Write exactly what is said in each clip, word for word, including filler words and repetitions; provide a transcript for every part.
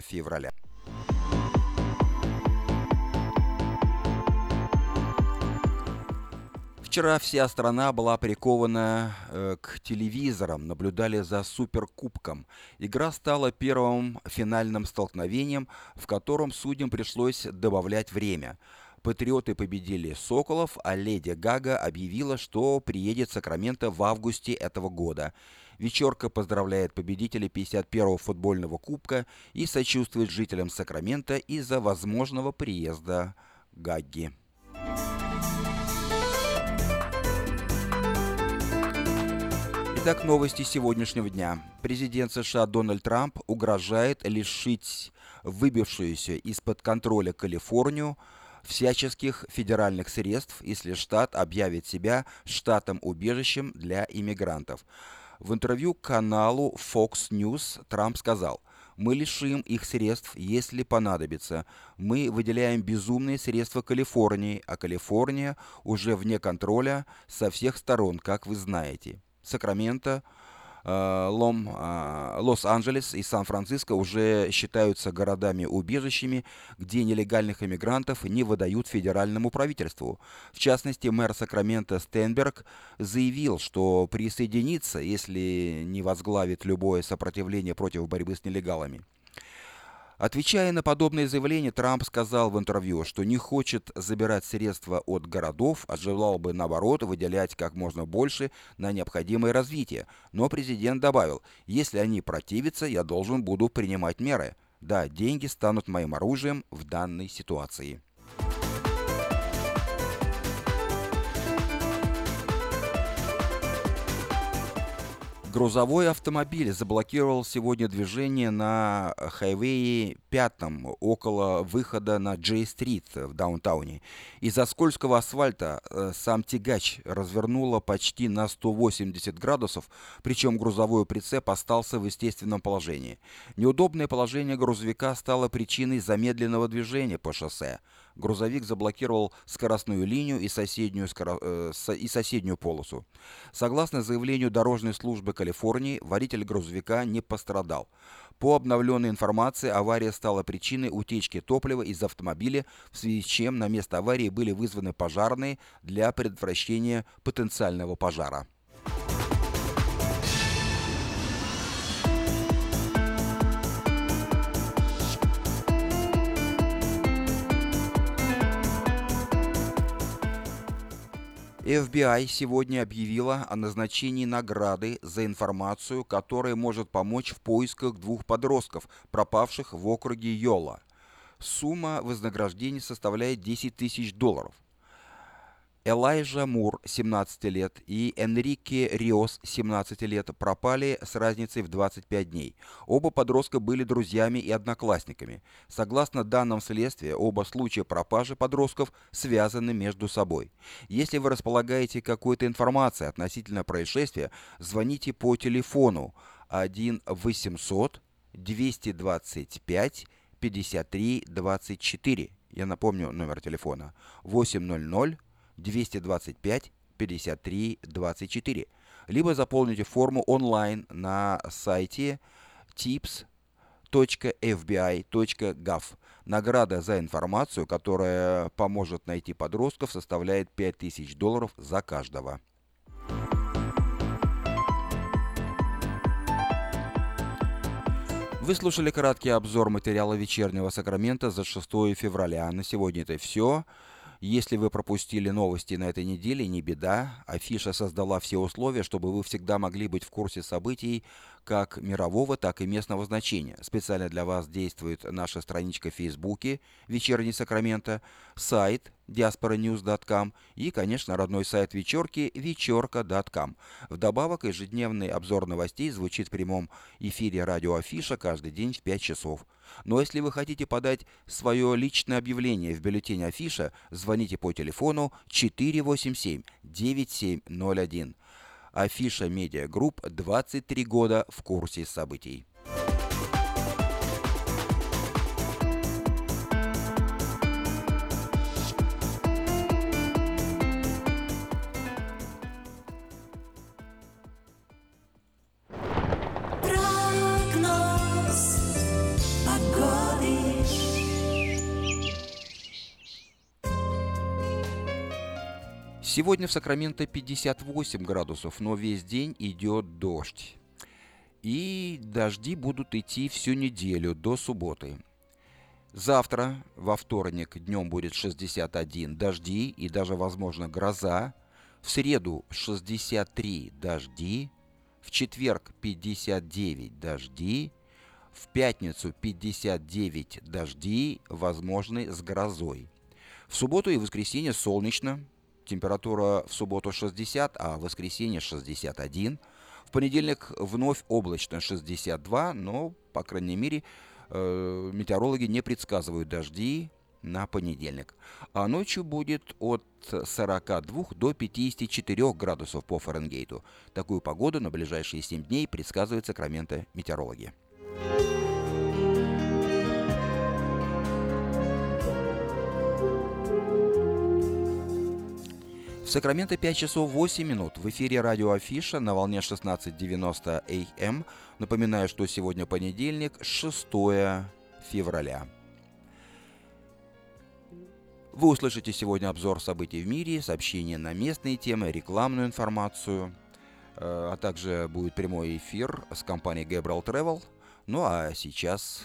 февраля. Вчера вся страна была прикована э, к телевизорам, наблюдали за Суперкубком. Игра стала первым финальным столкновением, в котором судьям пришлось добавлять время. Патриоты победили Соколов, а Леди Гага объявила, что приедет в Сакраменто в августе этого года. Вечерка поздравляет победителей пятьдесят первого футбольного кубка и сочувствует жителям Сакрамента из-за возможного приезда Гаги. Итак, новости сегодняшнего дня. Президент США Дональд Трамп угрожает лишить выбившуюся из-под контроля Калифорнию всяческих федеральных средств, если штат объявит себя штатом-убежищем для иммигрантов. В интервью каналу Fox News Трамп сказал: «Мы лишим их средств, если понадобится. Мы выделяем безумные средства Калифорнии, а Калифорния уже вне контроля со всех сторон, как вы знаете». Сакраменто, Лом, Лос-Анджелес и Сан-Франциско уже считаются городами-убежищами, где нелегальных иммигрантов не выдают федеральному правительству. В частности, мэр Сакрамента Стенберг заявил, что присоединится, если не возглавит любое сопротивление против борьбы с нелегалами. Отвечая на подобные заявления, Трамп сказал в интервью, что не хочет забирать средства от городов, а желал бы, наоборот, выделять как можно больше на необходимое развитие. Но президент добавил: «Если они противятся, я должен буду принимать меры. Да, деньги станут моим оружием в данной ситуации». Грузовой автомобиль заблокировал сегодня движение на хайвее пятом около выхода на Джей-стрит в даунтауне. Из-за скользкого асфальта э, сам тягач развернуло почти на сто восемьдесят градусов, причем грузовой прицеп остался в естественном положении. Неудобное положение грузовика стало причиной замедленного движения по шоссе. Грузовик заблокировал скоростную линию и соседнюю, скоро... э, со... и соседнюю полосу. Согласно заявлению дорожной службы Калифорнии, водитель грузовика не пострадал. По обновленной информации, авария стала причиной утечки топлива из автомобиля, в связи с чем на место аварии были вызваны пожарные для предотвращения потенциального пожара. эф би ай сегодня объявила о назначении награды за информацию, которая может помочь в поисках двух подростков, пропавших в округе Йола. Сумма вознаграждения составляет десять тысяч долларов. Элайджа Мур, семнадцать лет, и Энрике Риос, семнадцать лет, пропали с разницей в двадцать пять дней. Оба подростка были друзьями и одноклассниками. Согласно данным следствия, оба случая пропажи подростков связаны между собой. Если вы располагаете какой-то информацией относительно происшествия, звоните по телефону один восемьсот двести двадцать пять пятьдесят три двадцать четыре. Я напомню номер телефона: восемь двести двадцать пять пятьдесят три двадцать четыре. Либо заполните форму онлайн на сайте типс точка эф би ай точка гав. Награда за информацию, которая поможет найти подростков, составляет пять тысяч долларов за каждого. Вы слушали краткий обзор материала «Вечернего Сакрамента» за шестого февраля. На сегодня это все. Если вы пропустили новости на этой неделе, не беда. Афиша создала все условия, чтобы вы всегда могли быть в курсе событий как мирового, так и местного значения. Специально для вас действует наша страничка в Фейсбуке «Вечерний Сакраменто», сайт диаспора ньюс точка ком и, конечно, родной сайт вечерки вечерка точка ком. Вдобавок, ежедневный обзор новостей звучит в прямом эфире радио Афиша каждый день в пять часов. Но если вы хотите подать свое личное объявление в бюллетень Афиша, звоните по телефону четыре восемь семь девять семь ноль один. Афиша Медиа Групп, двадцать три года в курсе событий. Прогноз погоды. Сегодня в Сакраменто пятьдесят восемь градусов, но весь день идет дождь. И дожди будут идти всю неделю до субботы. Завтра, во вторник, днем будет шестьдесят один, дожди и даже, возможно, гроза. В среду шестьдесят три, дожди. В четверг пятьдесят девять, дожди. В пятницу пятьдесят девять, дожди, возможны с грозой. В субботу и воскресенье солнечно. Температура в субботу шестьдесят, а в воскресенье шестьдесят один. В понедельник вновь облачно шестьдесят два, но, по крайней мере, э, метеорологи не предсказывают дожди на понедельник. А ночью будет от сорока двух до пятидесяти четырёх градусов по Фаренгейту. Такую погоду на ближайшие семь дней предсказывают Сакраменто метеорологи. В Сакраменто пять часов восемь минут. В эфире радио Афиша на волне шестнадцать девяносто эй эм. Напоминаю, что сегодня понедельник, шестое февраля. Вы услышите сегодня обзор событий в мире, сообщения на местные темы, рекламную информацию, а также будет прямой эфир с компанией Gabriel Travel. Ну а сейчас...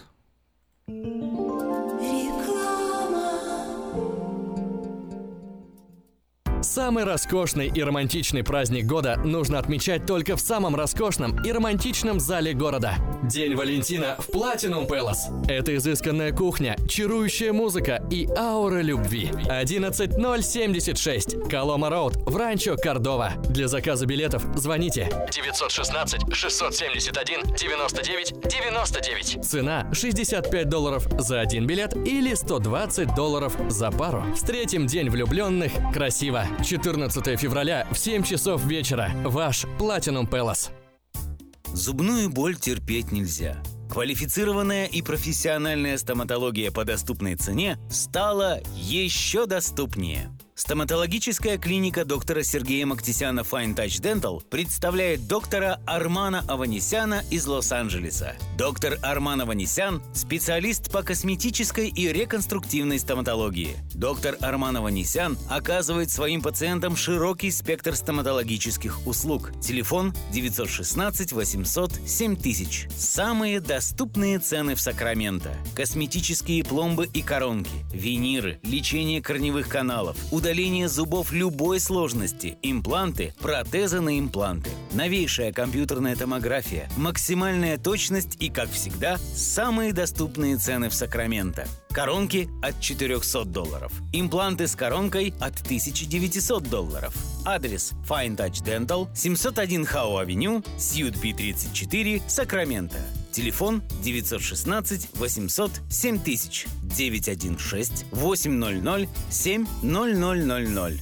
Самый роскошный и романтичный праздник года нужно отмечать только в самом роскошном и романтичном зале города. День Валентина в Platinum Palace. Это изысканная кухня, чарующая музыка и аура любви. одиннадцать ноль семьдесят шесть Колома Роуд в Ранчо Кордова. Для заказа билетов звоните девятьсот шестнадцать шестьсот семьдесят один девяносто девять девяносто девять. Цена шестьдесят пять долларов за один билет или сто двадцать долларов за пару. Встретим День влюбленных красиво. четырнадцатое февраля в семь часов вечера. Ваш Platinum Palace. Зубную боль терпеть нельзя. Квалифицированная и профессиональная стоматология по доступной цене стала еще доступнее. Стоматологическая клиника доктора Сергея Мактисяна Fine Touch Dental представляет доктора Армана Аванесяна из Лос-Анджелеса. Доктор Арман Аванесян – специалист по косметической и реконструктивной стоматологии. Доктор Арман Аванесян оказывает своим пациентам широкий спектр стоматологических услуг. Телефон девятьсот шестнадцать восемьсот семь тысяч. Самые доступные цены в Сакраменто. Косметические пломбы и коронки, виниры, лечение корневых каналов, удаление зубов любой сложности, импланты, протезы на импланты, новейшая компьютерная томография, максимальная точность и, как всегда, самые доступные цены в Сакраменто. Коронки от четырехсот долларов. Импланты с коронкой от тысяча девятьсот долларов. Адрес Fine Touch Dental, семьсот один Хау-авеню, Сьют Пи тридцать четыре, Сакраменто. Телефон девятьсот шестнадцать восемьсот семь тысяч, девятьсот шестнадцать восемьсот семь ноль ноль ноль ноль.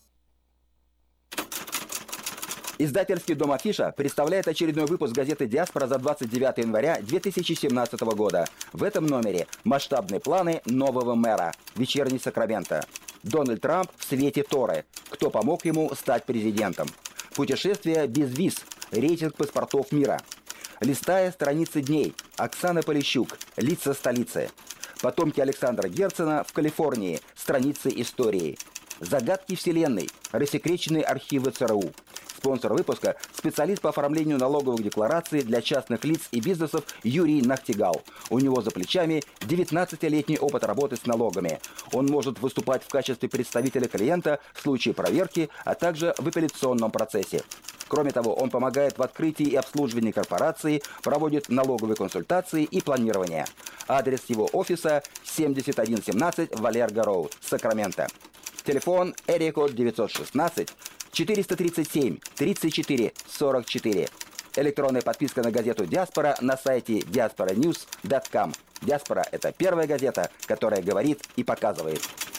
Издательский дом «Афиша» представляет очередной выпуск газеты «Диаспора» за двадцать девятое января две тысячи семнадцатого года. В этом номере масштабные планы нового мэра. Вечерний Сакраменто. Дональд Трамп в свете Торы. Кто помог ему стать президентом? Путешествие без виз. Рейтинг паспортов мира. Листая страницы дней. Оксана Полищук. Лица столицы. Потомки Александра Герцена в Калифорнии. Страницы истории. Загадки Вселенной. Рассекреченные архивы ЦРУ. Спонсор выпуска – специалист по оформлению налоговых деклараций для частных лиц и бизнесов Юрий Нахтигал. У него за плечами девятнадцатилетний опыт работы с налогами. Он может выступать в качестве представителя клиента в случае проверки, а также в апелляционном процессе. Кроме того, он помогает в открытии и обслуживании корпорации, проводит налоговые консультации и планирование. Адрес его офиса семьдесят один семнадцать Валерго Роуд, Сакраменто. Телефон эрикод девятьсот шестнадцать четыреста тридцать семь тридцать четыре сорок четыре. Электронная подписка на газету «Диаспора» на сайте диаспора ньюс точка ком. «Диаспора» — это первая газета, которая говорит и показывает.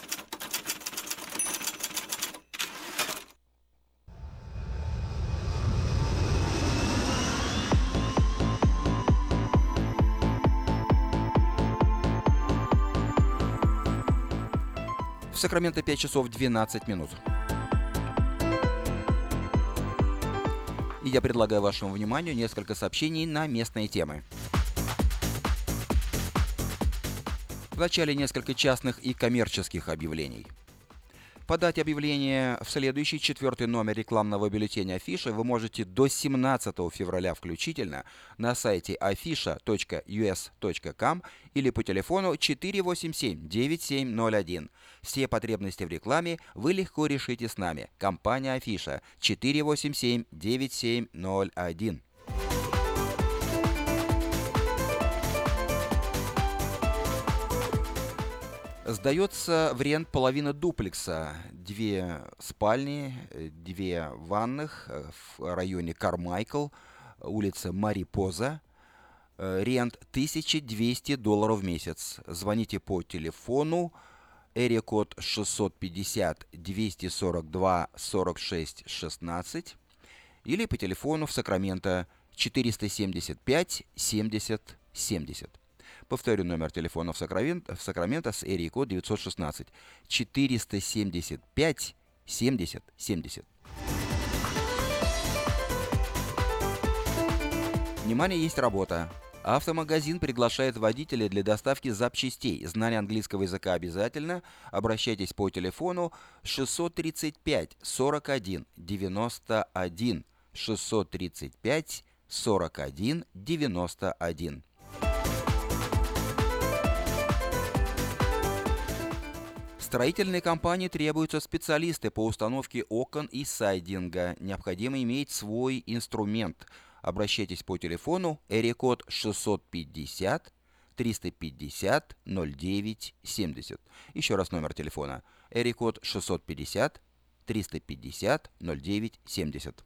В Сакраменто пять часов двенадцать минут. И я предлагаю вашему вниманию несколько сообщений на местные темы. Вначале несколько частных и коммерческих объявлений. Подать объявление в следующий четвертый номер рекламного бюллетеня Афиша вы можете до семнадцатого февраля включительно на сайте афиша точка ю эс точка ком или по телефону четыре восемь семь девять семь ноль один. Все потребности в рекламе вы легко решите с нами. Компания Афиша четыре восемь семь девять семь ноль один. Сдается в рент половина дуплекса. Две спальни, две ванных в районе Кармайкл, улица Марипоза. Рент тысяча двести долларов в месяц. Звоните по телефону эрикод шестьсот пятьдесят двести сорок два сорок шесть шестнадцать или по телефону в Сакраменто четыреста семьдесят пять семьдесят семьдесят. Повторю номер телефона в Сакраменто, в Сакраменто с эрикод девятьсот шестнадцать четыреста семьдесят пять семьдесят семьдесят. Внимание, есть работа. Автомагазин приглашает водителя для доставки запчастей. Знание английского языка обязательно. Обращайтесь по телефону шестьсот тридцать пять сорок один девяносто один. шестьсот тридцать пять сорок один девяносто один. Строительной компании требуются специалисты по установке окон и сайдинга. Необходимо иметь свой инструмент. Обращайтесь по телефону эрикод шестьсот пятьдесят триста пятьдесят ноль девять семьдесят. Еще раз номер телефона. эрикод шестьсот пятьдесят триста пятьдесят ноль девять семьдесят.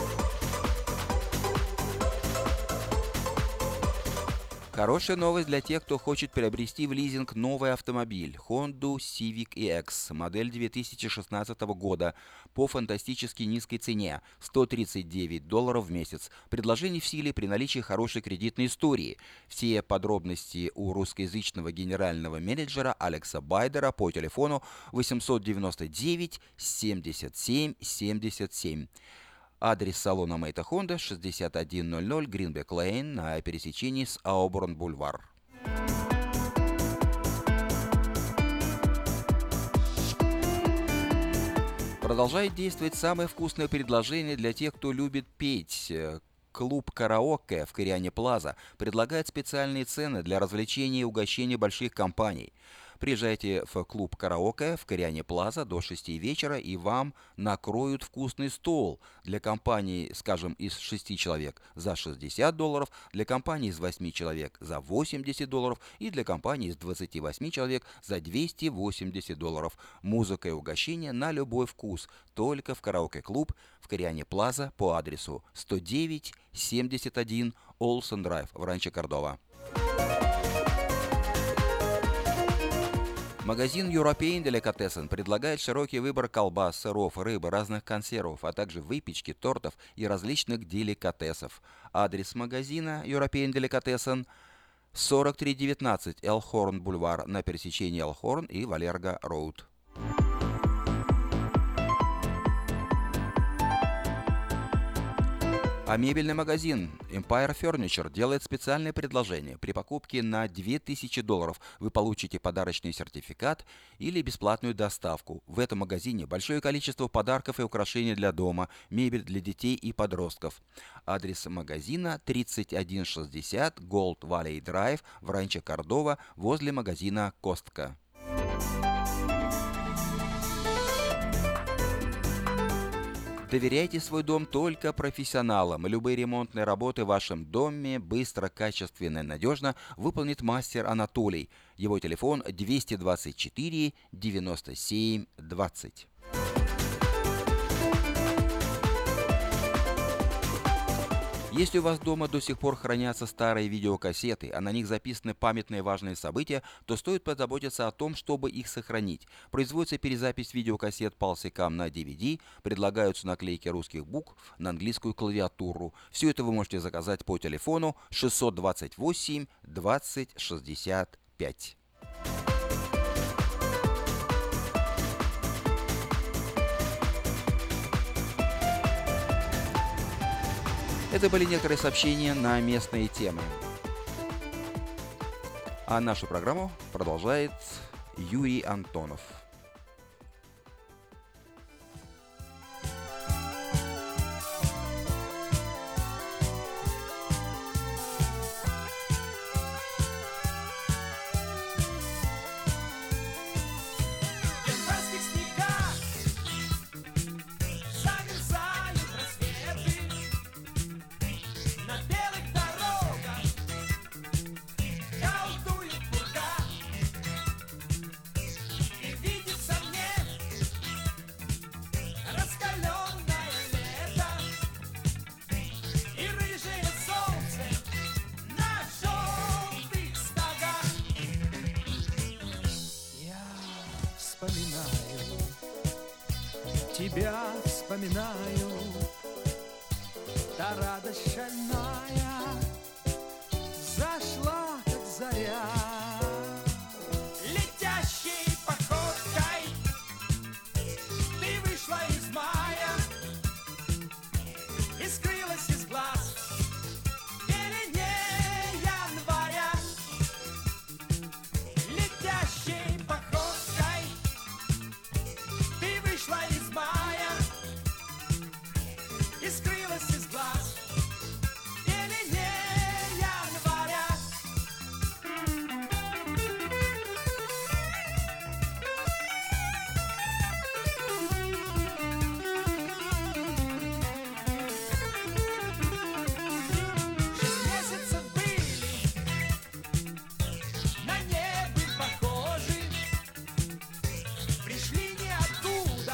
Хорошая новость для тех, кто хочет приобрести в лизинг новый автомобиль Honda Civic и экс, модель две тысячи шестнадцатого года, по фантастически низкой цене – сто тридцать девять долларов в месяц. Предложение в силе при наличии хорошей кредитной истории. Все подробности у русскоязычного генерального менеджера Алекса Байдера по телефону восемьсот девяносто девять семьдесят семь семьдесят семь. Адрес салона Мэйта Хонда шестьдесят один ноль ноль Гринбек Лейн на пересечении с Ауборн Бульвар. Продолжает действовать самое вкусное предложение для тех, кто любит петь. Клуб «Караоке» в Кориане Плаза предлагает специальные цены для развлечения и угощения больших компаний. Приезжайте в клуб «Караоке» в Кориане Плаза до шести вечера, и вам накроют вкусный стол. Для компании, скажем, из шести человек за шестьдесят долларов, для компании из восьми человек за восемьдесят долларов и для компании из двадцати восьми человек за двести восемьдесят долларов. Музыка и угощение на любой вкус. Только в «Караоке-клуб» в Кориане Плаза по адресу сто девять семьдесят один Олсен Драйв в Ранчо Кордова. Магазин European Delicatessen предлагает широкий выбор колбас, сыров, рыбы, разных консервов, а также выпечки, тортов и различных деликатесов. Адрес магазина European Delicatessen сорок три девятнадцать Элхорн Бульвар на пересечении Элхорн и Валерго Роуд. А мебельный магазин Empire Furniture делает специальное предложение. При покупке на две тысячи долларов вы получите подарочный сертификат или бесплатную доставку. В этом магазине большое количество подарков и украшений для дома, мебель для детей и подростков. Адрес магазина тридцать один шестьдесят Gold Valley Drive в Ранчо Кордова возле магазина Костка. Доверяйте свой дом только профессионалам. Любые ремонтные работы в вашем доме быстро, качественно и надежно выполнит мастер Анатолий. Его телефон двести двадцать четыре девяносто семь двадцать. Если у вас дома до сих пор хранятся старые видеокассеты, а на них записаны памятные важные события, то стоит позаботиться о том, чтобы их сохранить. Производится перезапись видеокассет Pulsicam на ди ви ди, предлагаются наклейки русских букв на английскую клавиатуру. Все это вы можете заказать по телефону шестьсот двадцать восемь двадцать шестьдесят пять. Это были некоторые сообщения на местные темы. А нашу программу продолжает Юрий Антонов. вспоминаю, тебя вспоминаю, та радость шальная зашла, как заря. Летящей походкой ты вышла из мая и скрылась из глаз в пелене января. Летящей походкой ты вышла из мая и скрылась из глаз в пелене января. Шесть месяцев были на небе похожи, пришли не оттуда,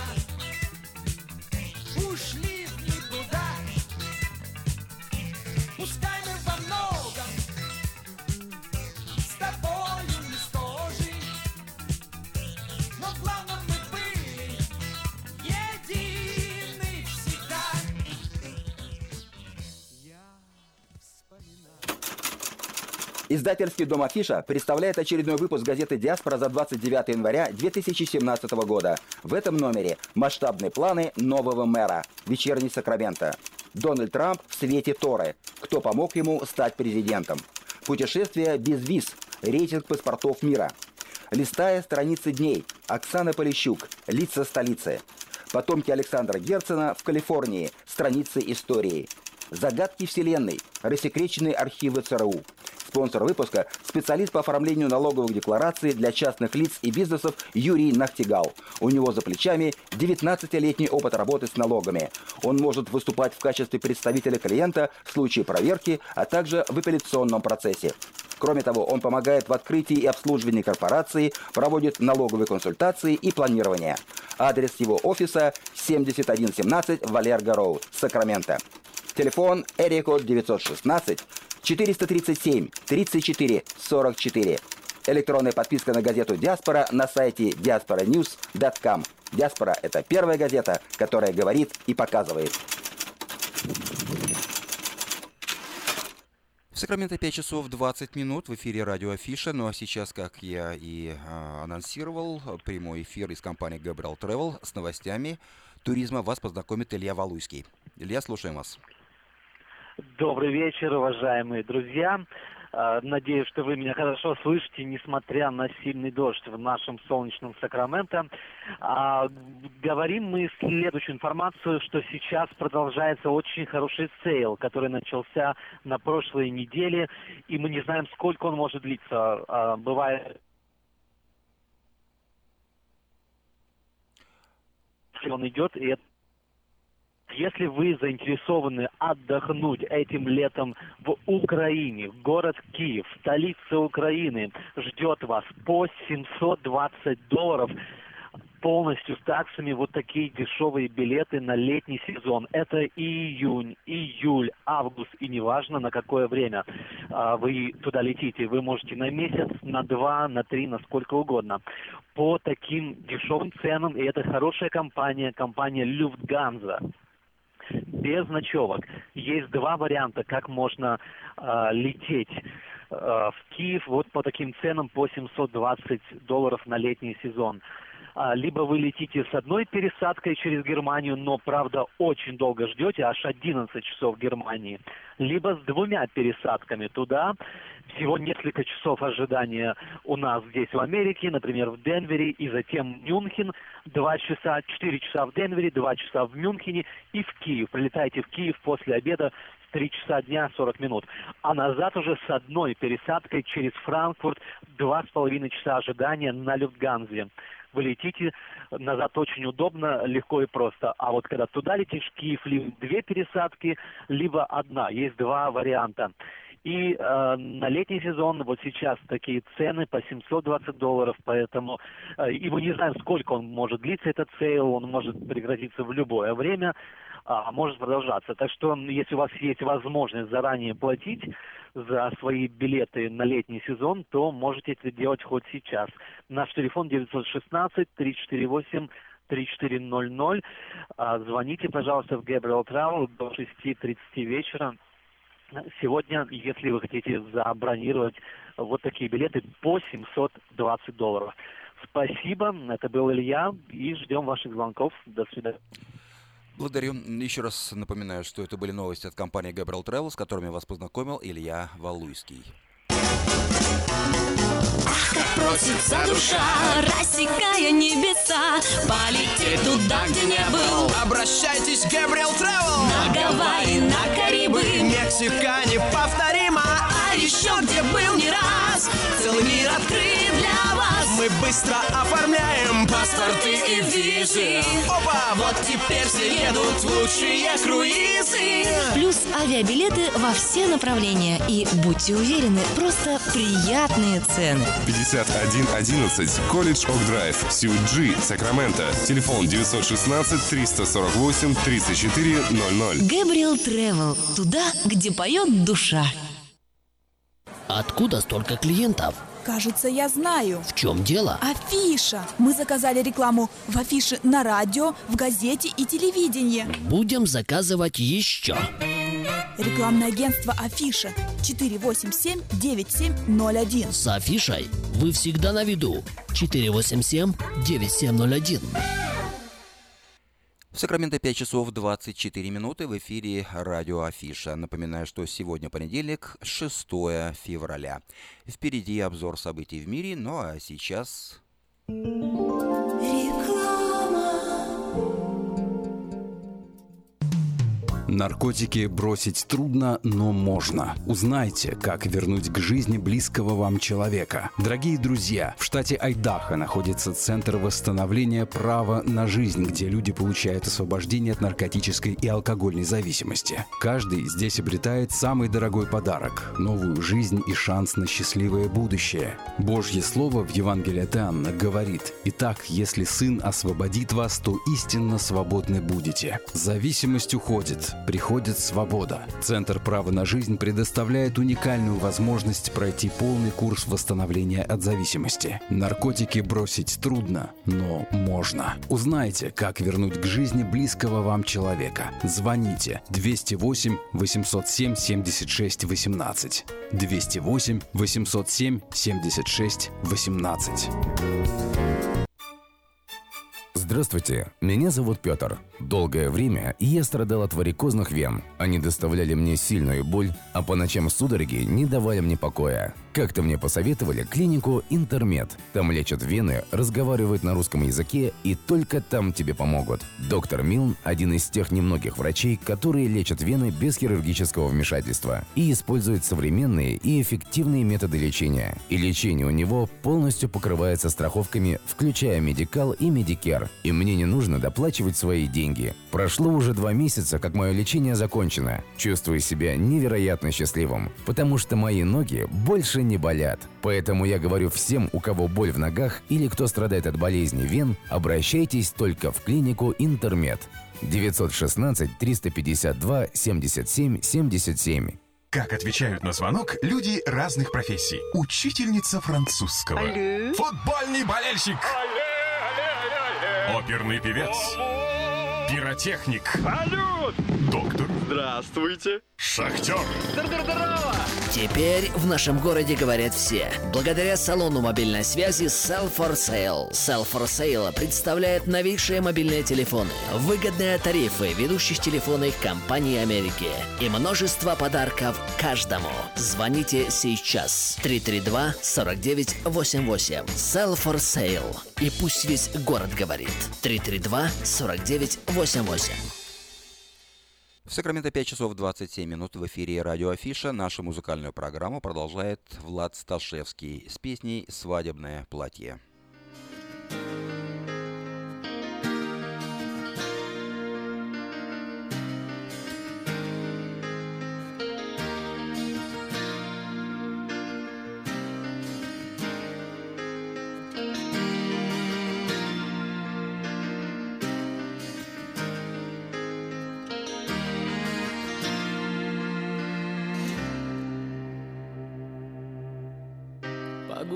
ушли в никуда. Пускай мы во многом с тобою не схожи, но в главном мы были едины всегда. Я вспоминаю. Издательский дом «Афиша» представляет очередной выпуск газеты «Диаспора» за двадцать девятое января две тысячи семнадцатого года. В этом номере масштабные планы нового мэра. Вечерний Сакраменто. Дональд Трамп в свете Торы. Кто помог ему стать президентом? Путешествие без виз. Рейтинг паспортов мира. Листая страницы дней. Оксана Полищук. Лица столицы. Потомки Александра Герцена в Калифорнии. Страницы истории. Загадки Вселенной. Рассекреченные архивы ЦРУ. Спонсор выпуска – специалист по оформлению налоговых деклараций для частных лиц и бизнесов Юрий Нахтигал. У него за плечами девятнадцатилетний опыт работы с налогами. Он может выступать в качестве представителя клиента в случае проверки, а также в апелляционном процессе. Кроме того, он помогает в открытии и обслуживании корпорации, проводит налоговые консультации и планирование. Адрес его офиса семьдесят один семнадцать Валерго Роуд, Сакраменто. Телефон эрикод девятьсот шестнадцать четыреста тридцать семь тридцать четыре сорок четыре. Электронная подписка на газету «Диаспора» на сайте диаспора ньюс точка ком. «Диаспора» — это первая газета, которая говорит и показывает. В Сакраменто пять часов двадцать минут, в эфире радио Афиша. Ну а сейчас, как я и э, анонсировал, прямой эфир из компании Gabriel Travel с новостями туризма вас познакомит Илья Валуйский. Илья, слушаем вас. Добрый вечер, уважаемые друзья. Надеюсь, что вы меня хорошо слышите, несмотря на сильный дождь в нашем солнечном Сакраменто. А, говорим мы следующую информацию, что сейчас продолжается очень хороший сейл, который начался на прошлой неделе, и мы не знаем, сколько он может длиться. А, бывает... Он идет, и это... Если вы заинтересованы отдохнуть этим летом в Украине, город Киев, столица Украины, ждет вас по семьсот двадцать долларов полностью с таксами вот такие дешевые билеты на летний сезон. Это июнь, июль, август и неважно на какое время вы туда летите. Вы можете на месяц, на два, на три, на сколько угодно. По таким дешевым ценам, и это хорошая компания, компания Люфтганза. Без ночевок. Есть два варианта, как можно э, лететь э, в Киев вот по таким ценам, по семьсот двадцать долларов на летний сезон. А, либо вы летите с одной пересадкой через Германию, но, правда, очень долго ждете, аж одиннадцать часов в Германии. Либо с двумя пересадками туда. Всего несколько часов ожидания у нас здесь в Америке, например, в Денвере, и затем Мюнхен. Два часа, четыре часа в Денвере, два часа в Мюнхене и в Киев. Прилетайте в Киев после обеда в три часа дня сорок минут. А назад уже с одной пересадкой через Франкфурт два с половиной часа ожидания на Люфтганзе. Вы летите назад очень удобно, легко и просто. А вот когда туда летишь, в Киев, либо две пересадки, либо одна. Есть два варианта. И э, на летний сезон вот сейчас такие цены по семьсот двадцать долларов, поэтому э, и мы не знаем, сколько он может длиться, этот сейл, он может прекратиться в любое время. а, может продолжаться. Так что, если у вас есть возможность заранее платить за свои билеты на летний сезон, то можете это делать хоть сейчас. Наш телефон девять один шесть три четыре восемь три четыре ноль ноль. А, звоните, пожалуйста, в Gabriel Travel до шести тридцати вечера. Сегодня, если вы хотите забронировать вот такие билеты по семьсот двадцать долларов. Спасибо, это был Илья, и ждем ваших звонков. До свидания. Благодарю. Еще раз напоминаю, что это были новости от компании Gabriel Travel, с которыми вас познакомил Илья Валуйский. Ах, как просится душа, рассекая небеса, полететь туда, где не был. Обращайтесь в Gabriel Travel. На Гавайи, на Карибы, Мексика неповторима. а еще где был не раз. Целый мир открыт для вас. Мы быстро оформляем Паспорты и визы. Опа! Вот теперь все едут в лучшие круизы. Плюс авиабилеты во все направления. И будьте уверены, просто приятные цены. пятьдесят один одиннадцать Колледж Ок Драйв, Сьют Джи, Сакраменто. Телефон девять один шесть три сорок восемь тридцать четыре ноль ноль. Gabriel Travel. Туда, где поет душа. Откуда столько клиентов? Кажется, я знаю. В чем дело? Афиша. Мы заказали рекламу в афише на радио, в газете и телевидении. Будем заказывать еще. Рекламное агентство Афиша. четыре восемь семь девять семь ноль один. С афишей вы всегда на виду. четыре восемь семь девять семь ноль один. В Сакраменто пять часов двадцать четыре минуты, в эфире радио Афиша. Напоминаю, что сегодня понедельник, шестое февраля. Впереди обзор событий в мире, ну а сейчас... Наркотики бросить трудно, но можно. Узнайте, как вернуть к жизни близкого вам человека. Дорогие друзья, в штате Айдахо находится Центр восстановления права на жизнь, где люди получают освобождение от наркотической и алкогольной зависимости. Каждый здесь обретает самый дорогой подарок – новую жизнь и шанс на счастливое будущее. Божье Слово в Евангелии от Иоанна говорит: «Итак, если Сын освободит вас, то истинно свободны будете». Зависимость уходит. Приходит свобода. Центр права на жизнь предоставляет уникальную возможность пройти полный курс восстановления от зависимости. Наркотики бросить трудно, но можно. Узнайте, как вернуть к жизни близкого вам человека. Звоните двести восемь восемьсот семь семьдесят шесть восемнадцать. двести восемь восемьсот семь семьдесят шесть восемнадцать. Здравствуйте, меня зовут Петр. Долгое время я страдал от варикозных вен. Они доставляли мне сильную боль, а по ночам судороги не давали мне покоя. Как-то мне посоветовали клинику Интермед. Там лечат вены, разговаривают на русском языке, и только там тебе помогут. Доктор Милн – один из тех немногих врачей, которые лечат вены без хирургического вмешательства и используют современные и эффективные методы лечения. И лечение у него полностью покрывается страховками, включая Медикал и Медикер. И мне не нужно доплачивать свои деньги. Прошло уже два месяца, как мое лечение закончено. Чувствую себя невероятно счастливым, потому что мои ноги больше не болят. Поэтому я говорю всем, у кого боль в ногах или кто страдает от болезни вен, обращайтесь только в клинику Интермед. девять один шесть три пять два семьдесят семь семьдесят семь. Как отвечают на звонок люди разных профессий. Учительница французского. Алле. Футбольный болельщик. Оперный певец. Пиротехник. Салют! Доктор. Здравствуйте. Шахтер. Здорово! Теперь в нашем городе говорят все. Благодаря салону мобильной связи Sell for Sale. Sell for Sale представляет новейшие мобильные телефоны, выгодные тарифы ведущих телефонных компаний Америки и множество подарков каждому. Звоните сейчас. три три два сорок девять восемьдесят восемь. Sell for Sale. И пусть весь город говорит. три три два сорок девять восемьдесят восемь. В Сакраменто пять часов двадцать семь минут, в эфире радио Афиша. Нашу музыкальную программу продолжает Влад Сташевский с песней «Свадебное платье».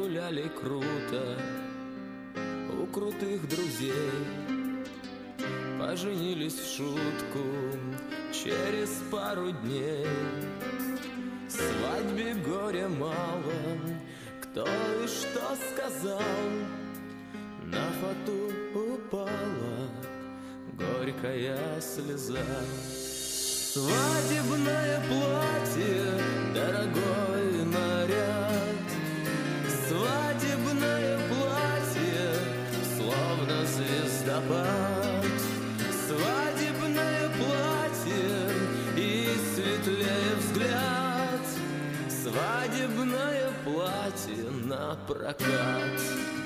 гуляли круто у крутых друзей, поженились в шутку через пару дней. Свадьбе горя мало, кто и что сказал, на фату упала горькая слеза. Свадебное платье, дорогой наряд, свадебное платье, словно звездопад. Свадебное платье и светлее взгляд, свадебное платье на прокат.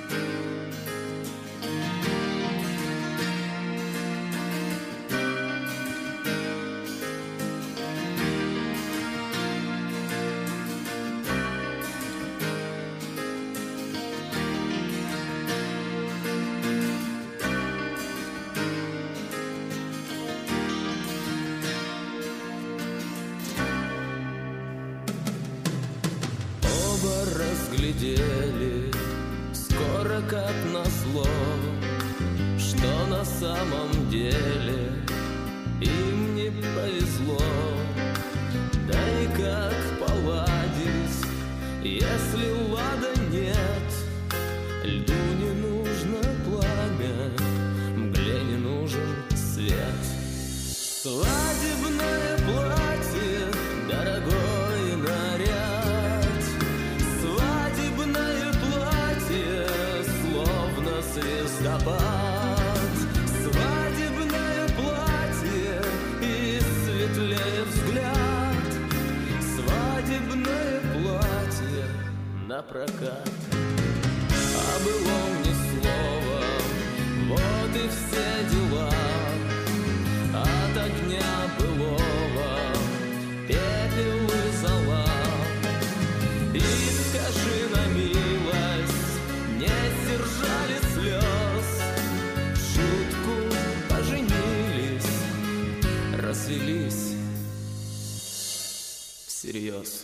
Разглядели скоро как назло, что на самом деле им не повезло. Да и как поладить, если лада нет? Льду не нужно пламя, мгле не нужен свет. Свадебное платье, дорогой наряд, свадебное платье, словно звездопад. Свадебное платье и светлее взгляд, свадебное платье на прокат. А былом ни слова, вот и все дела. От огня былого пепел и зола. И скажи на милость, не сдержали слез, в шутку поженились, развелись всерьез.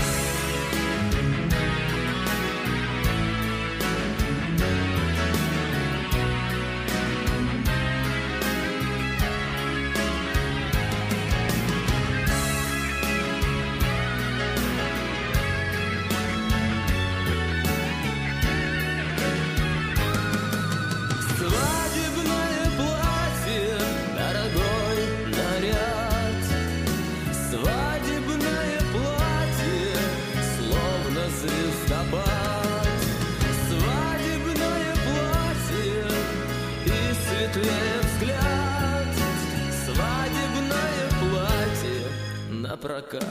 Взгляд, свадебное платье на прокат.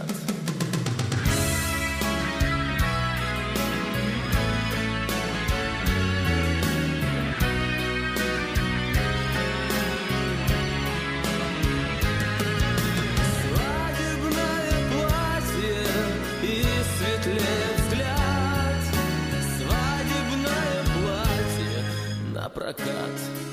Свадебное платье и светлее взгляд, свадебное платье на прокат.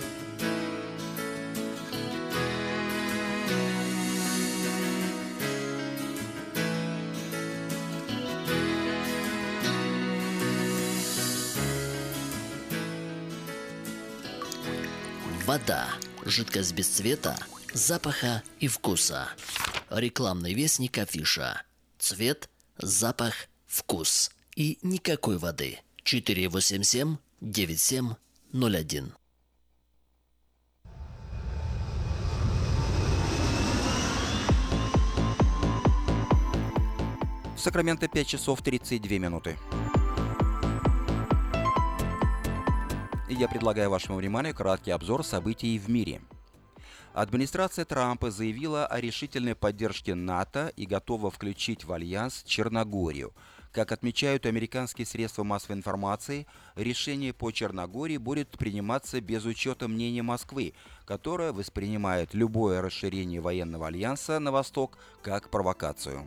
Вода – жидкость без цвета, запаха и вкуса. Рекламный вестник Афиша. Цвет, запах, вкус. И никакой воды. четыре восемь семь девять семь ноль один. В Сакраменто пять часов тридцать две минуты. Я предлагаю вашему вниманию краткий обзор событий в мире. Администрация Трампа заявила о решительной поддержке НАТО и готова включить в альянс Черногорию. Как отмечают американские средства массовой информации, решение по Черногории будет приниматься без учета мнения Москвы, которая воспринимает любое расширение военного альянса на восток как провокацию.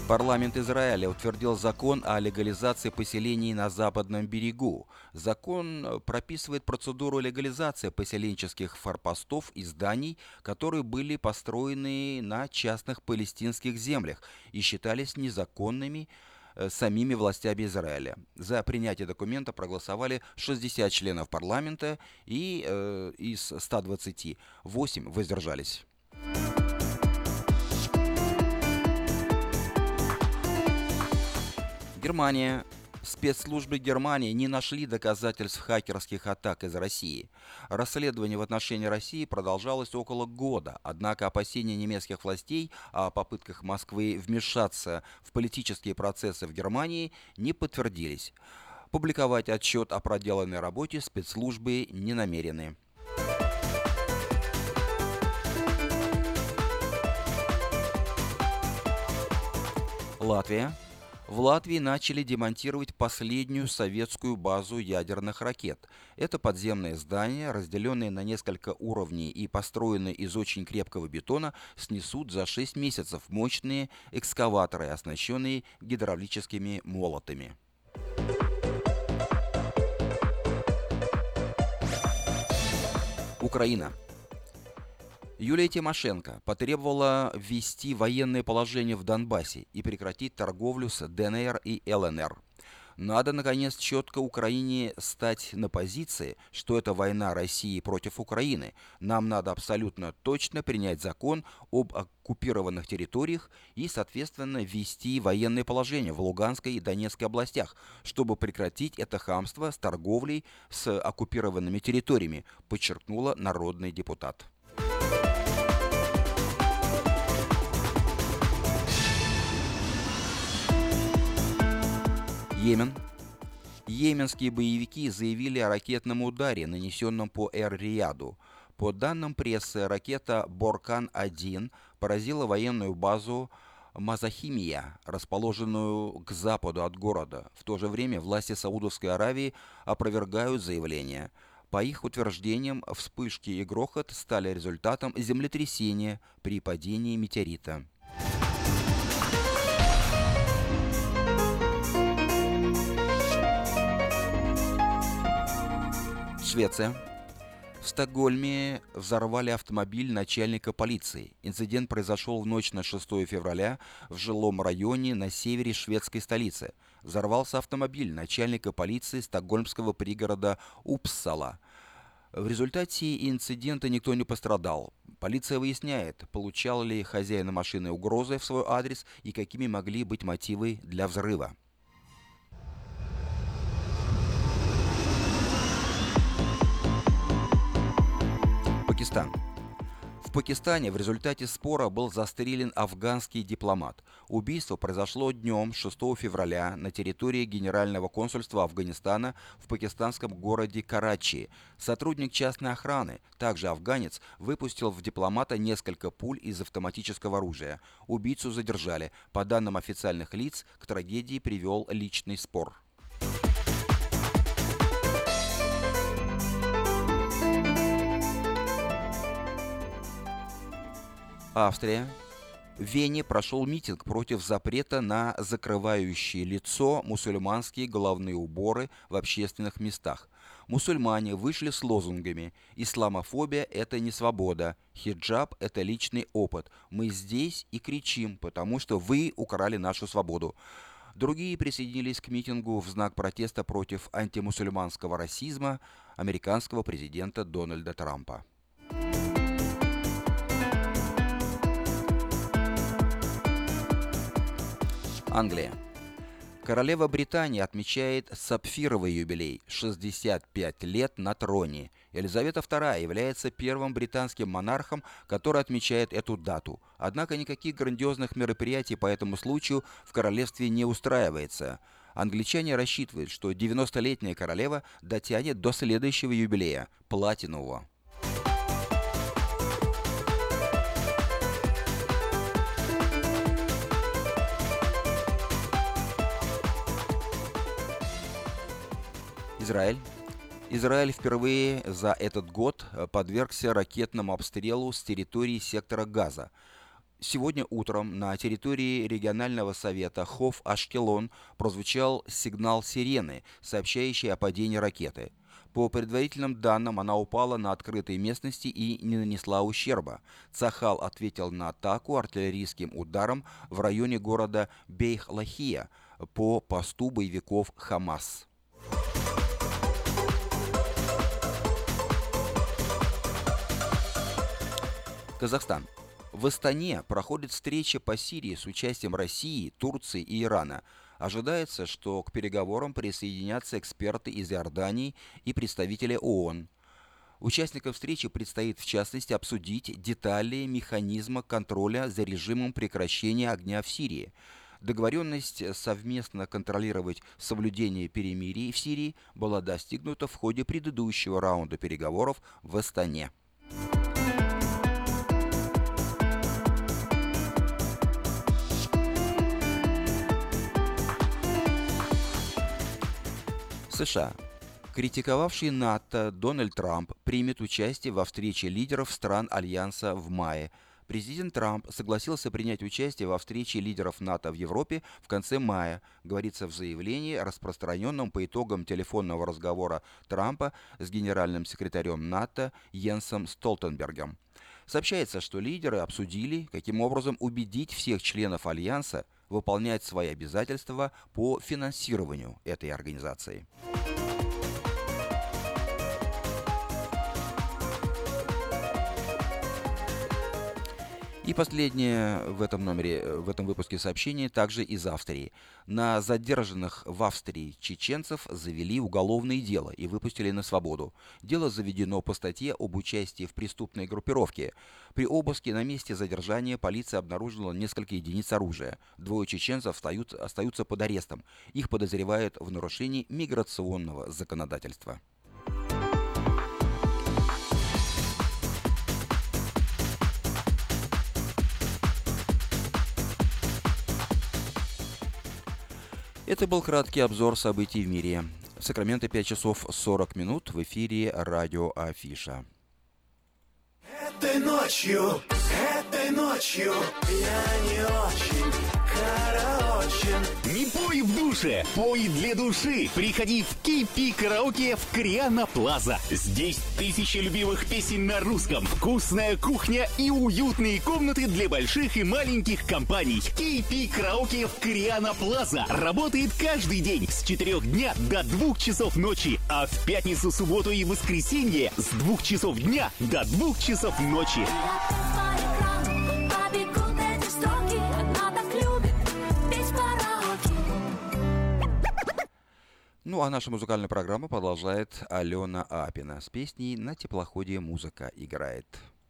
Парламент Израиля утвердил закон о легализации поселений на Западном берегу. Закон прописывает процедуру легализации поселенческих форпостов и зданий, которые были построены на частных палестинских землях и считались незаконными э, самими властями Израиля. За принятие документа проголосовали шестьдесят членов парламента и э, из ста двадцати восемь воздержались. Германия. Спецслужбы Германии не нашли доказательств хакерских атак из России. Расследование в отношении России продолжалось около года, однако опасения немецких властей о попытках Москвы вмешаться в политические процессы в Германии не подтвердились. Публиковать отчет о проделанной работе спецслужбы не намерены. Латвия. В Латвии начали демонтировать последнюю советскую базу ядерных ракет. Это подземное здание, разделенное на несколько уровней и построенное из очень крепкого бетона, снесут за шесть месяцев мощные экскаваторы, оснащенные гидравлическими молотами. Украина. Юлия Тимошенко потребовала ввести военное положение в Донбассе и прекратить торговлю с ДНР и ЛНР. Надо, наконец, четко Украине стать на позиции, что это война России против Украины. Нам надо абсолютно точно принять закон об оккупированных территориях и, соответственно, ввести военное положение в Луганской и Донецкой областях, чтобы прекратить это хамство с торговлей с оккупированными территориями, подчеркнула народный депутат. Йемен. Йеменские боевики заявили о ракетном ударе, нанесенном по Эр-Рияду. По данным прессы, ракета Боркан один поразила военную базу Мазахимия, расположенную к западу от города. В то же время власти Саудовской Аравии опровергают заявление. По их утверждениям, вспышки и грохот стали результатом землетрясения при падении метеорита. Швеция. В Стокгольме взорвали автомобиль начальника полиции. Инцидент произошел в ночь на шестое февраля в жилом районе на севере шведской столицы. Взорвался автомобиль начальника полиции стокгольмского пригорода Упсала. В результате инцидента никто не пострадал. Полиция выясняет, получал ли хозяин машины угрозы в свой адрес и какими могли быть мотивы для взрыва. Пакистан. В Пакистане в результате спора был застрелен афганский дипломат. Убийство произошло днем шестого февраля на территории Генерального консульства Афганистана в пакистанском городе Карачи. Сотрудник частной охраны, также афганец, выпустил в дипломата несколько пуль из автоматического оружия. Убийцу задержали. По данным официальных лиц, к трагедии привел личный спор. Австрия. В Вене прошел митинг против запрета на закрывающие лицо мусульманские головные уборы в общественных местах. Мусульмане вышли с лозунгами «Исламофобия – это не свобода», «Хиджаб – это личный опыт», «Мы здесь и кричим, потому что вы украли нашу свободу». Другие присоединились к митингу в знак протеста против антимусульманского расизма американского президента Дональда Трампа. Англия. Королева Британии отмечает сапфировый юбилей – шестьдесят пять лет на троне. Елизавета вторая является первым британским монархом, который отмечает эту дату. Однако никаких грандиозных мероприятий по этому случаю в королевстве не устраивается. Англичане рассчитывают, что девяностолетняя королева дотянет до следующего юбилея – платинового. Израиль. Израиль впервые за этот год подвергся ракетному обстрелу с территории сектора Газа. Сегодня утром на территории регионального совета Хоф-Ашкелон прозвучал сигнал сирены, сообщающий о падении ракеты. По предварительным данным, она упала на открытой местности и не нанесла ущерба. Цахал ответил на атаку артиллерийским ударом в районе города Бейх-Лахия по посту боевиков Хамас. Казахстан. В Астане проходит встреча по Сирии с участием России, Турции и Ирана. Ожидается, что к переговорам присоединятся эксперты из Иордании и представители ООН. Участникам встречи предстоит, в частности, обсудить детали механизма контроля за режимом прекращения огня в Сирии. Договоренность совместно контролировать соблюдение перемирий в Сирии была достигнута в ходе предыдущего раунда переговоров в Астане. США. Критиковавший НАТО Дональд Трамп примет участие во встрече лидеров стран Альянса в мае. Президент Трамп согласился принять участие во встрече лидеров НАТО в Европе в конце мая, говорится в заявлении, распространенном по итогам телефонного разговора Трампа с генеральным секретарем НАТО Йенсом Столтенбергом. Сообщается, что лидеры обсудили, каким образом убедить всех членов Альянса выполнять свои обязательства по финансированию этой организации. И последнее в этом номере, в этом выпуске сообщения также из Австрии. На задержанных в Австрии чеченцев завели уголовное дело и выпустили на свободу. Дело заведено по статье об участии в преступной группировке. При обыске на месте задержания полиция обнаружила несколько единиц оружия. Двое чеченцев остают, остаются под арестом. Их подозревают в нарушении миграционного законодательства. Это был краткий обзор событий в мире. В Сакраменто пять часов сорок минут, в эфире радио Афиша. Этой ночью, этой ночью я не очень караочен. Не пой в душе, пой для души. Приходи в кей пи Караоке в Кориана Плаза. Здесь тысячи любимых песен на русском, вкусная кухня и уютные комнаты для больших и маленьких компаний. кей пи Караоке в Кориана Плаза работает каждый день с четырёх дня до двух часов ночи, а в пятницу, субботу и воскресенье с двух часов дня до двух часов ночи. Ну а наша музыкальная программа продолжает Алена Апина с песней «На теплоходе музыка играет».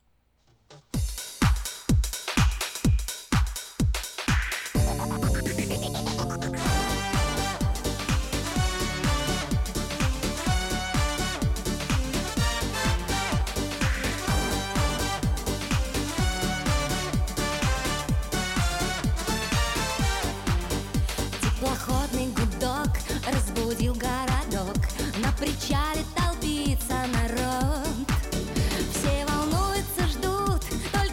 Теплоходный гудок разбудил городок. На причале толпится народ. Все волнуются, ждут,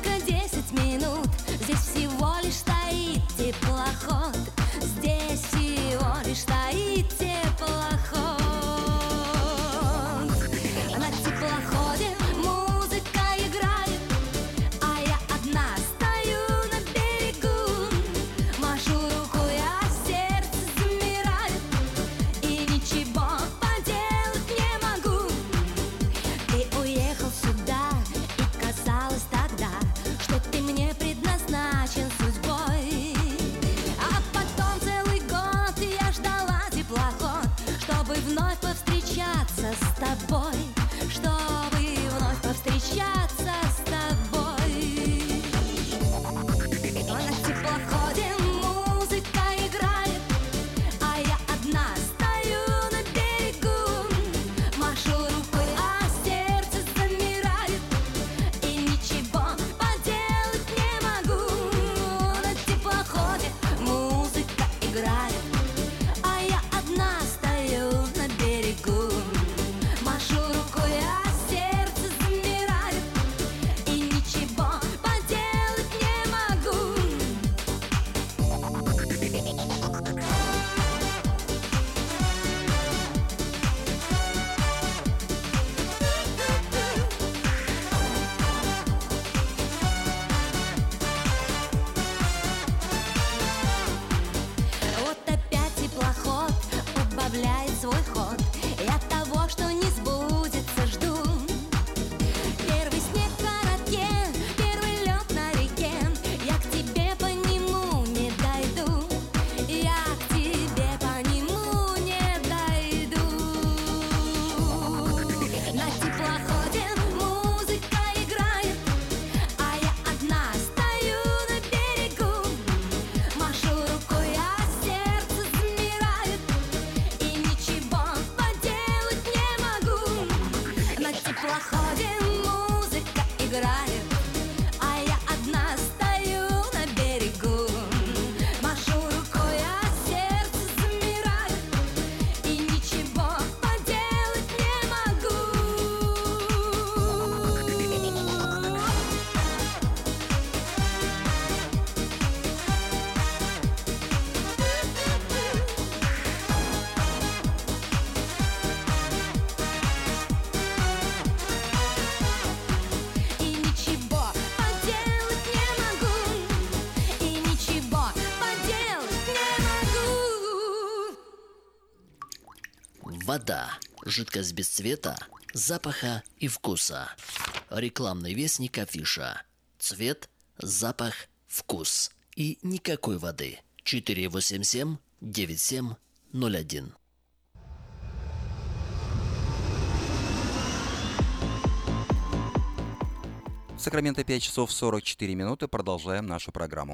Вода. Жидкость без цвета, запаха и вкуса. Рекламный вестник Афиша. Цвет, запах, вкус. И никакой воды. четыре восемь семь девять семь ноль один. В Сакраменто пять часов сорок четыре минуты. Продолжаем нашу программу.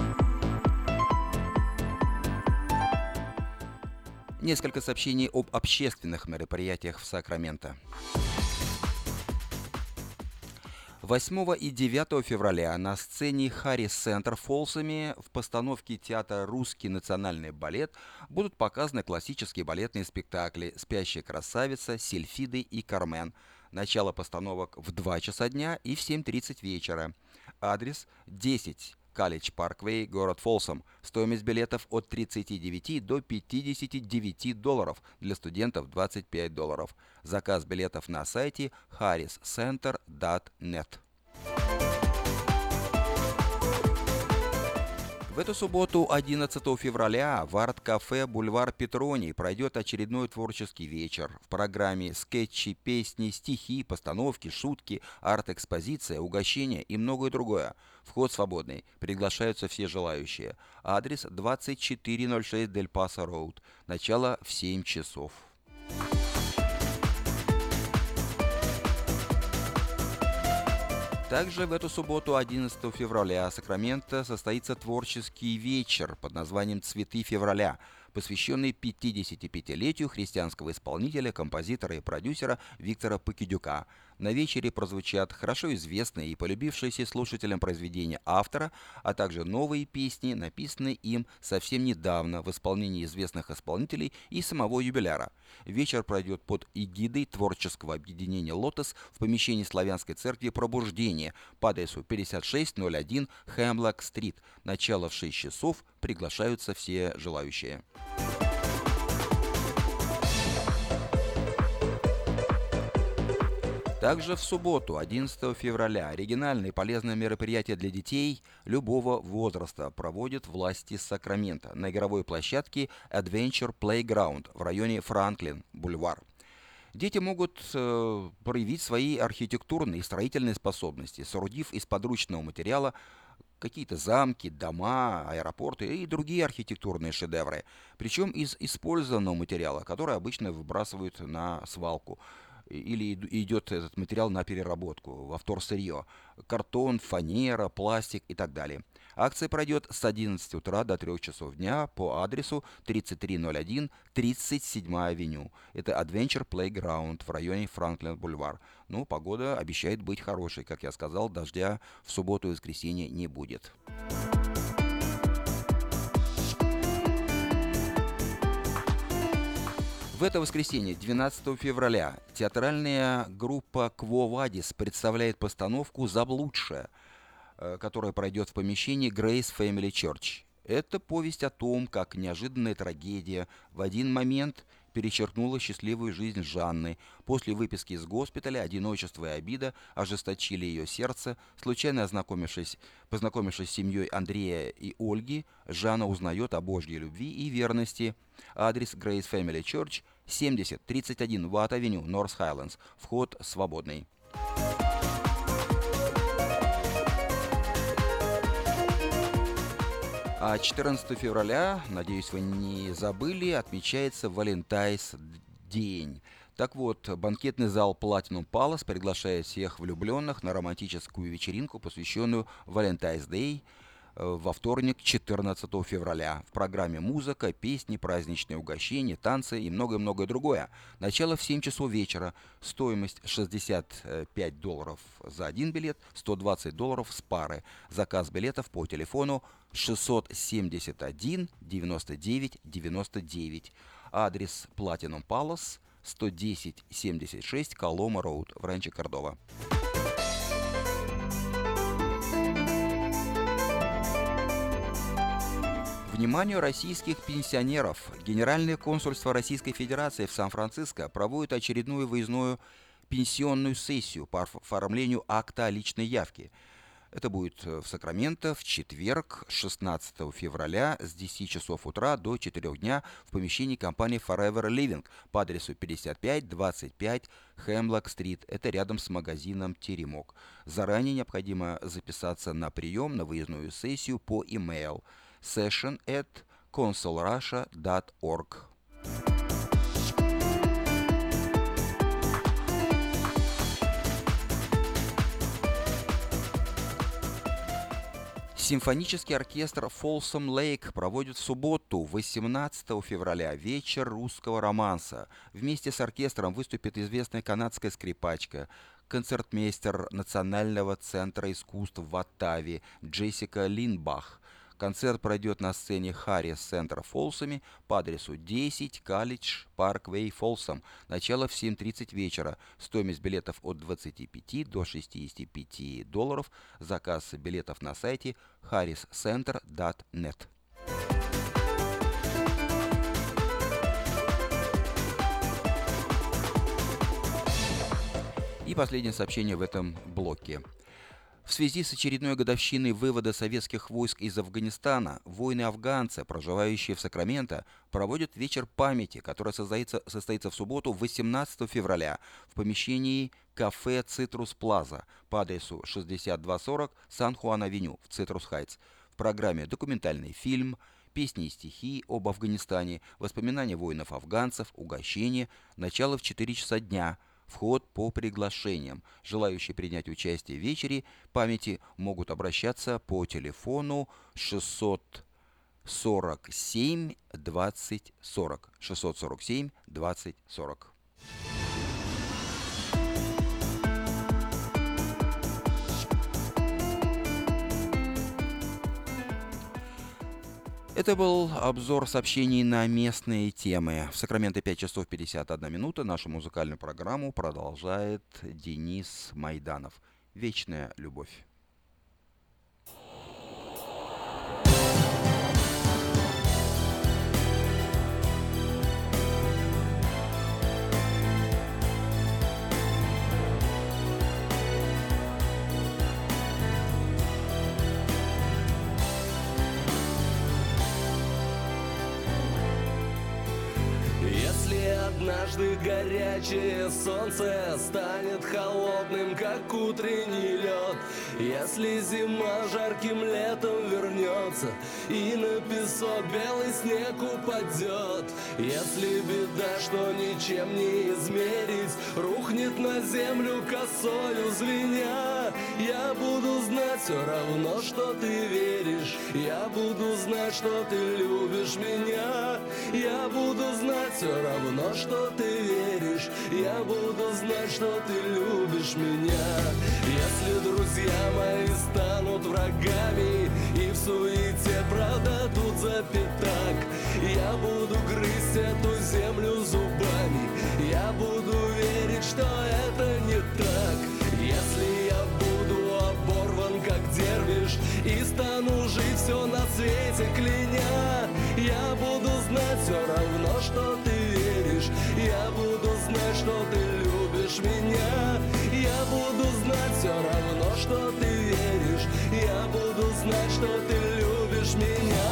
Несколько сообщений об общественных мероприятиях в Сакраменто. восьмого и девятого февраля на сцене Харрис Центр в Фолсами в постановке театра «Русский национальный балет» будут показаны классические балетные спектакли «Спящая красавица», «Сильфиды» и «Кармен». Начало постановок в два часа дня и в семь тридцать вечера. Адрес десять Колледж Парквей, город Фолсам. Стоимость билетов от тридцати девяти до пятидесяти девяти долларов. Для студентов двадцать пять долларов. Заказ билетов на сайте харрис центр точка нет. В эту субботу, одиннадцатого февраля, в арт-кафе «Бульвар Петроний» пройдет очередной творческий вечер. В программе скетчи, песни, стихи, постановки, шутки, арт-экспозиция, угощения и многое другое. Вход свободный. Приглашаются все желающие. Адрес двадцать четыре ноль шесть Дель Пасо Роуд. Начало в семь часов. Также в эту субботу, одиннадцатого февраля, в Сакраменто состоится творческий вечер под названием «Цветы февраля», посвященный пятидесятипятилетию христианского исполнителя, композитора и продюсера Виктора Покидюка. На вечере прозвучат хорошо известные и полюбившиеся слушателям произведения автора, а также новые песни, написанные им совсем недавно в исполнении известных исполнителей и самого юбиляра. Вечер пройдет под эгидой творческого объединения «Лотос» в помещении Славянской церкви «Пробуждение» по адресу пятьдесят шесть ноль один Хемлок-стрит. Начало в шесть часов. Приглашаются все желающие. Также в субботу, одиннадцатого февраля, оригинальное и полезное мероприятие для детей любого возраста проводят власти Сакрамента на игровой площадке Adventure Playground в районе Франклин-Бульвар. Дети могут э, проявить свои архитектурные и строительные способности, соорудив из подручного материала какие-то замки, дома, аэропорты и другие архитектурные шедевры, причем из использованного материала, который обычно выбрасывают на свалку. Или идет этот материал на переработку, во вторсырье. Картон, фанера, пластик и так далее. Акция пройдет с одиннадцати утра до трёх часов дня по адресу тридцать три ноль один тридцать седьмая авеню. Это Adventure Playground в районе Франклин-Бульвар. Ну, погода обещает быть хорошей. Как я сказал, дождя в субботу и воскресенье не будет. В это воскресенье, двенадцатого февраля, театральная группа Quo Vadis представляет постановку «Заблудшая», которая пройдет в помещении Grace Family Church. Это повесть о том, как неожиданная трагедия в один момент перечеркнула счастливую жизнь Жанны. После выписки из госпиталя одиночество и обида ожесточили ее сердце. Случайно ознакомившись, познакомившись с семьей Андрея и Ольги, Жанна узнает о Божьей любви и верности. Адрес Grace Family Church, семьдесят тридцать один Ватт-авеню, Норс Хайлендс. Вход свободный. А четырнадцатого февраля, надеюсь, вы не забыли, отмечается Валентайнс день. Так вот, банкетный зал Platinum Palace приглашает всех влюбленных на романтическую вечеринку, посвященную Valentine's Day, во вторник, четырнадцатого февраля. В программе музыка, песни, праздничные угощения, танцы и многое-многое другое. Начало в семь часов вечера. Стоимость шестьдесят пять долларов за один билет, сто двадцать долларов с пары. Заказ билетов по телефону шестьсот семьдесят один девяносто девять девяносто девять. Адрес Platinum Palace, сто десять семьдесят шесть Колома Роуд в Ранчо Кордова. Вниманию российских пенсионеров! Генеральное консульство Российской Федерации в Сан-Франциско проводит очередную выездную пенсионную сессию по оформлению акта о личной явке. Это будет в Сакраменто в четверг, шестнадцатого февраля с десяти часов утра до четырёх дня в помещении компании Forever Living по адресу пятьдесят пять двадцать пять Хемлок-стрит. Это рядом с магазином «Теремок». Заранее необходимо записаться на прием на выездную сессию по email session at consulrussia dot org. Симфонический оркестр Folsom Lake проводит в субботу, восемнадцатого февраля, вечер русского романса. Вместе с оркестром выступит известная канадская скрипачка, концертмейстер Национального центра искусств в Оттаве Джессика Линбах. Концерт пройдет на сцене Харрис Центра в Фолсоме по адресу десять Колледж Парквей, Фолсом. Начало в семь тридцать вечера. Стоимость билетов от двадцати пяти до шестидесяти пяти долларов. Заказ билетов на сайте харрис центр точка нет. И последнее сообщение в этом блоке. В связи с очередной годовщиной вывода советских войск из Афганистана, воины-афганцы, проживающие в Сакраменто, проводят вечер памяти, который состоится, состоится в субботу, восемнадцатого февраля, в помещении кафе «Цитрус Плаза» по адресу шестьдесят два сорок Сан-Хуан-Авеню в Цитрус-Хайтс. В программе документальный фильм, песни и стихи об Афганистане, воспоминания воинов-афганцев, угощение, начало в четыре часа дня. Вход по приглашениям. Желающие принять участие в вечере памяти могут обращаться по телефону шестьсот сорок семь двадцать сорок. шестьсот сорок семь двадцать сорок. Это был обзор сообщений на местные темы. В Сакраменто пять часов пятьдесят одна минута. Нашу музыкальную программу продолжает Денис Майданов. «Вечная любовь». Однажды горячее солнце станет холодным, как утренний лед. Если зима жарким летом вернется и на песок белый снег упадет, если беда, что ничем не измерить, рухнет на землю косою звеня, я буду знать все равно, что ты веришь, я буду знать, что ты любишь меня, я буду знать все равно, что ты веришь, я буду знать, что ты любишь меня. Если друзья мои станут врагами и в суете продадут за пятак, я буду грызть эту землю зубами, я буду верить, что это не так. Если я буду оборван, как дервиш, и стану жить все на свете кляня, я буду знать все равно, что ты веришь, я буду знать, что ты любишь меня, я буду знать все равно, что ты веришь, я буду знать, что ты любишь меня.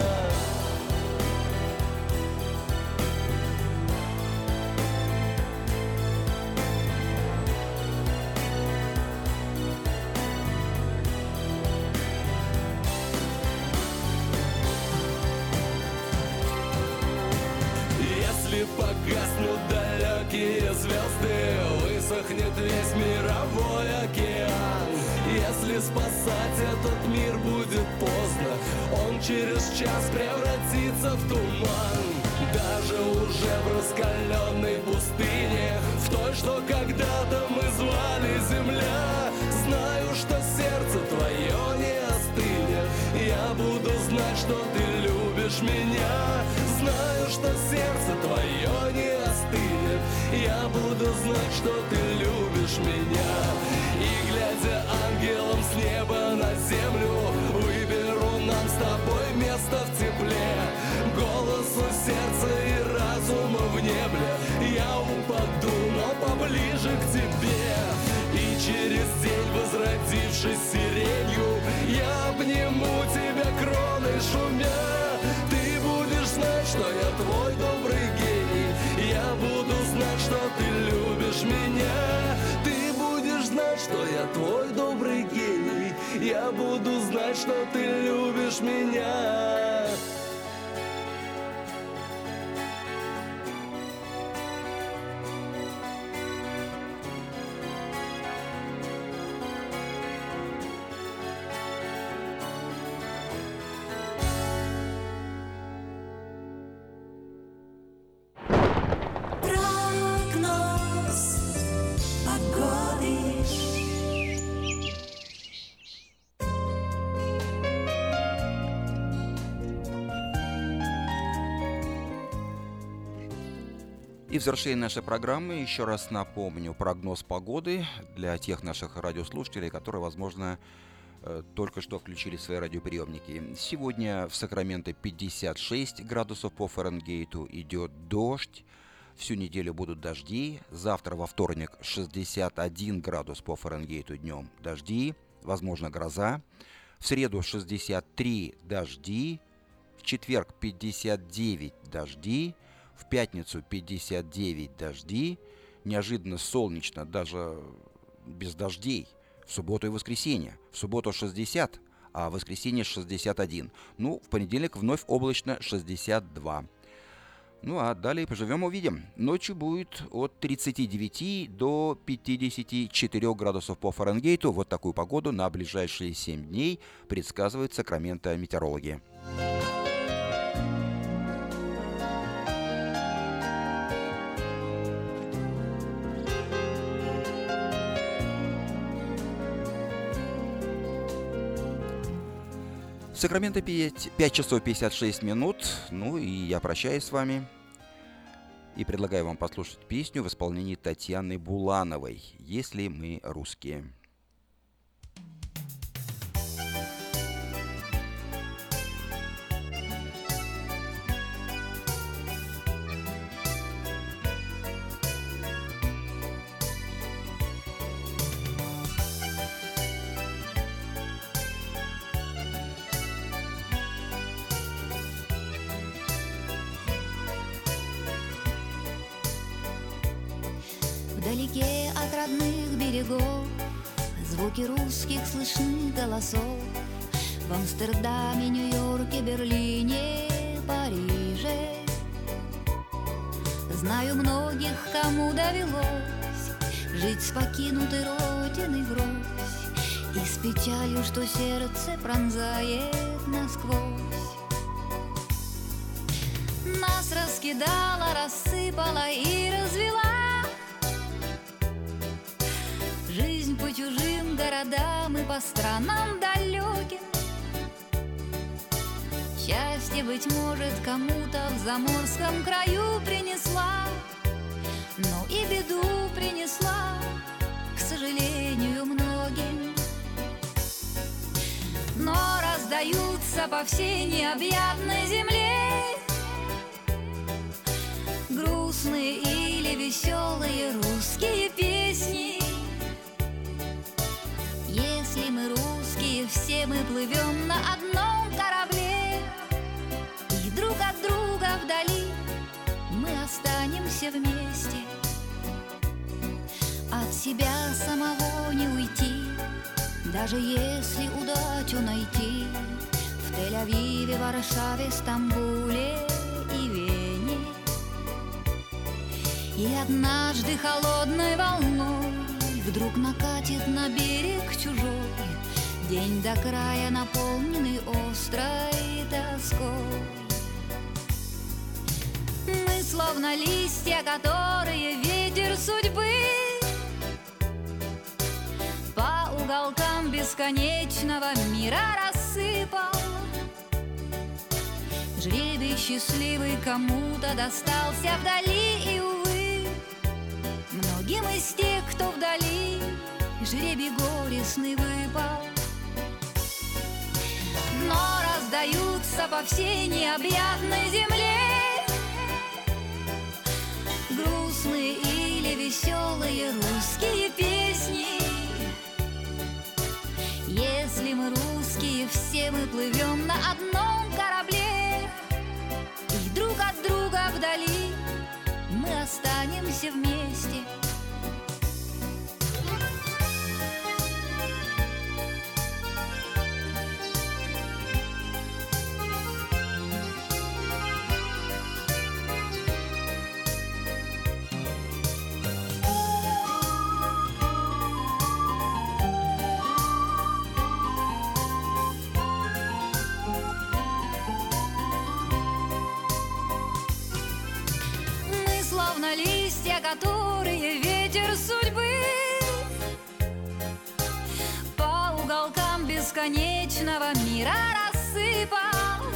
Погаснут далекие звезды, высохнет весь мировой океан. Если спасать этот мир будет поздно, он через час превратится в туман. Даже уже в раскаленной пустыне, в той, что когда-то мы звали земля, знаю, что сердце твое не остынет, я буду знать, что ты любишь меня. Знаю, что сердце твое не остынет, я буду знать, что ты любишь меня. И глядя ангелом с неба на землю, выберу нам с тобой место в тепле. Голосу сердца и разума в небе я упаду, но поближе к тебе. И через день, возродившись сиренью, мной шумя. Ты будешь знать, что я твой добрый гений. Я буду знать, что ты любишь меня. Ты будешь знать, что я твой добрый гений. Я буду знать, что ты любишь меня. И в завершении нашей программы еще раз напомню прогноз погоды для тех наших радиослушателей, которые, возможно, только что включили свои радиоприемники. Сегодня в Сакраменто пятьдесят шесть градусов по Фаренгейту, идет дождь. Всю неделю будут дожди. Завтра, во вторник, шестьдесят один градус по Фаренгейту днем, дожди, возможно, гроза. В среду шестьдесят три дожди. В четверг пятьдесят девять дожди. В пятницу пятьдесят девять дожди, неожиданно солнечно, даже без дождей. В субботу и воскресенье. В субботу шестьдесят, а в воскресенье шестьдесят один. Ну, в понедельник вновь облачно шестьдесят два. Ну, а далее поживем увидим. Ночью будет от тридцати девяти до пятидесяти четырёх градусов по Фаренгейту. Вот такую погоду на ближайшие семь дней предсказывают Сакраменто метеорологи. Сакраменто пять часов пятьдесят шесть минут. Ну и я прощаюсь с вами. И предлагаю вам послушать песню в исполнении Татьяны Булановой «Если мы русские». Вдалеке от родных берегов звуки русских слышны голосов. В Амстердаме, Нью-Йорке, Берлине, Париже. Знаю многих, кому довелось жить с покинутой родиной врозь и с печалью, что сердце пронзает насквозь. Нас раскидала, рассыпала и развела жизнь по чужим городам и по странам далеким. Счастье, быть может, кому-то в заморском краю принесла, но и беду принесла, к сожалению, многим. Но раздаются по всей необъятной земле грустные или веселые русские песни. Если мы русские, все мы плывем на одном корабле, и друг от друга вдали мы останемся вместе. От себя самого не уйти, даже если удачу найти в Тель-Авиве, Варшаве, Стамбуле и Вене. И однажды холодной волной вдруг накатит на берег чужой день до края, наполненный острой тоской. Мы словно листья, которые ветер судьбы по уголкам бесконечного мира рассыпал. Жребий счастливый кому-то достался вдали, и, увы, многим из тех, кто вдали, жребий горестный выпал. Но раздаются по всей необъятной земле грустные или веселые русские песни. Если мы русские, все мы плывем на одном останемся вместе. Словно листья, которые ветер судьбы по уголкам бесконечного мира рассыпал.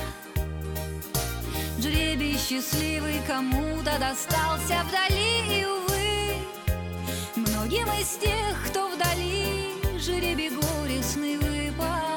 Жребий счастливый кому-то достался вдали, и, увы, многим из тех, кто вдали, жребий горестный выпал.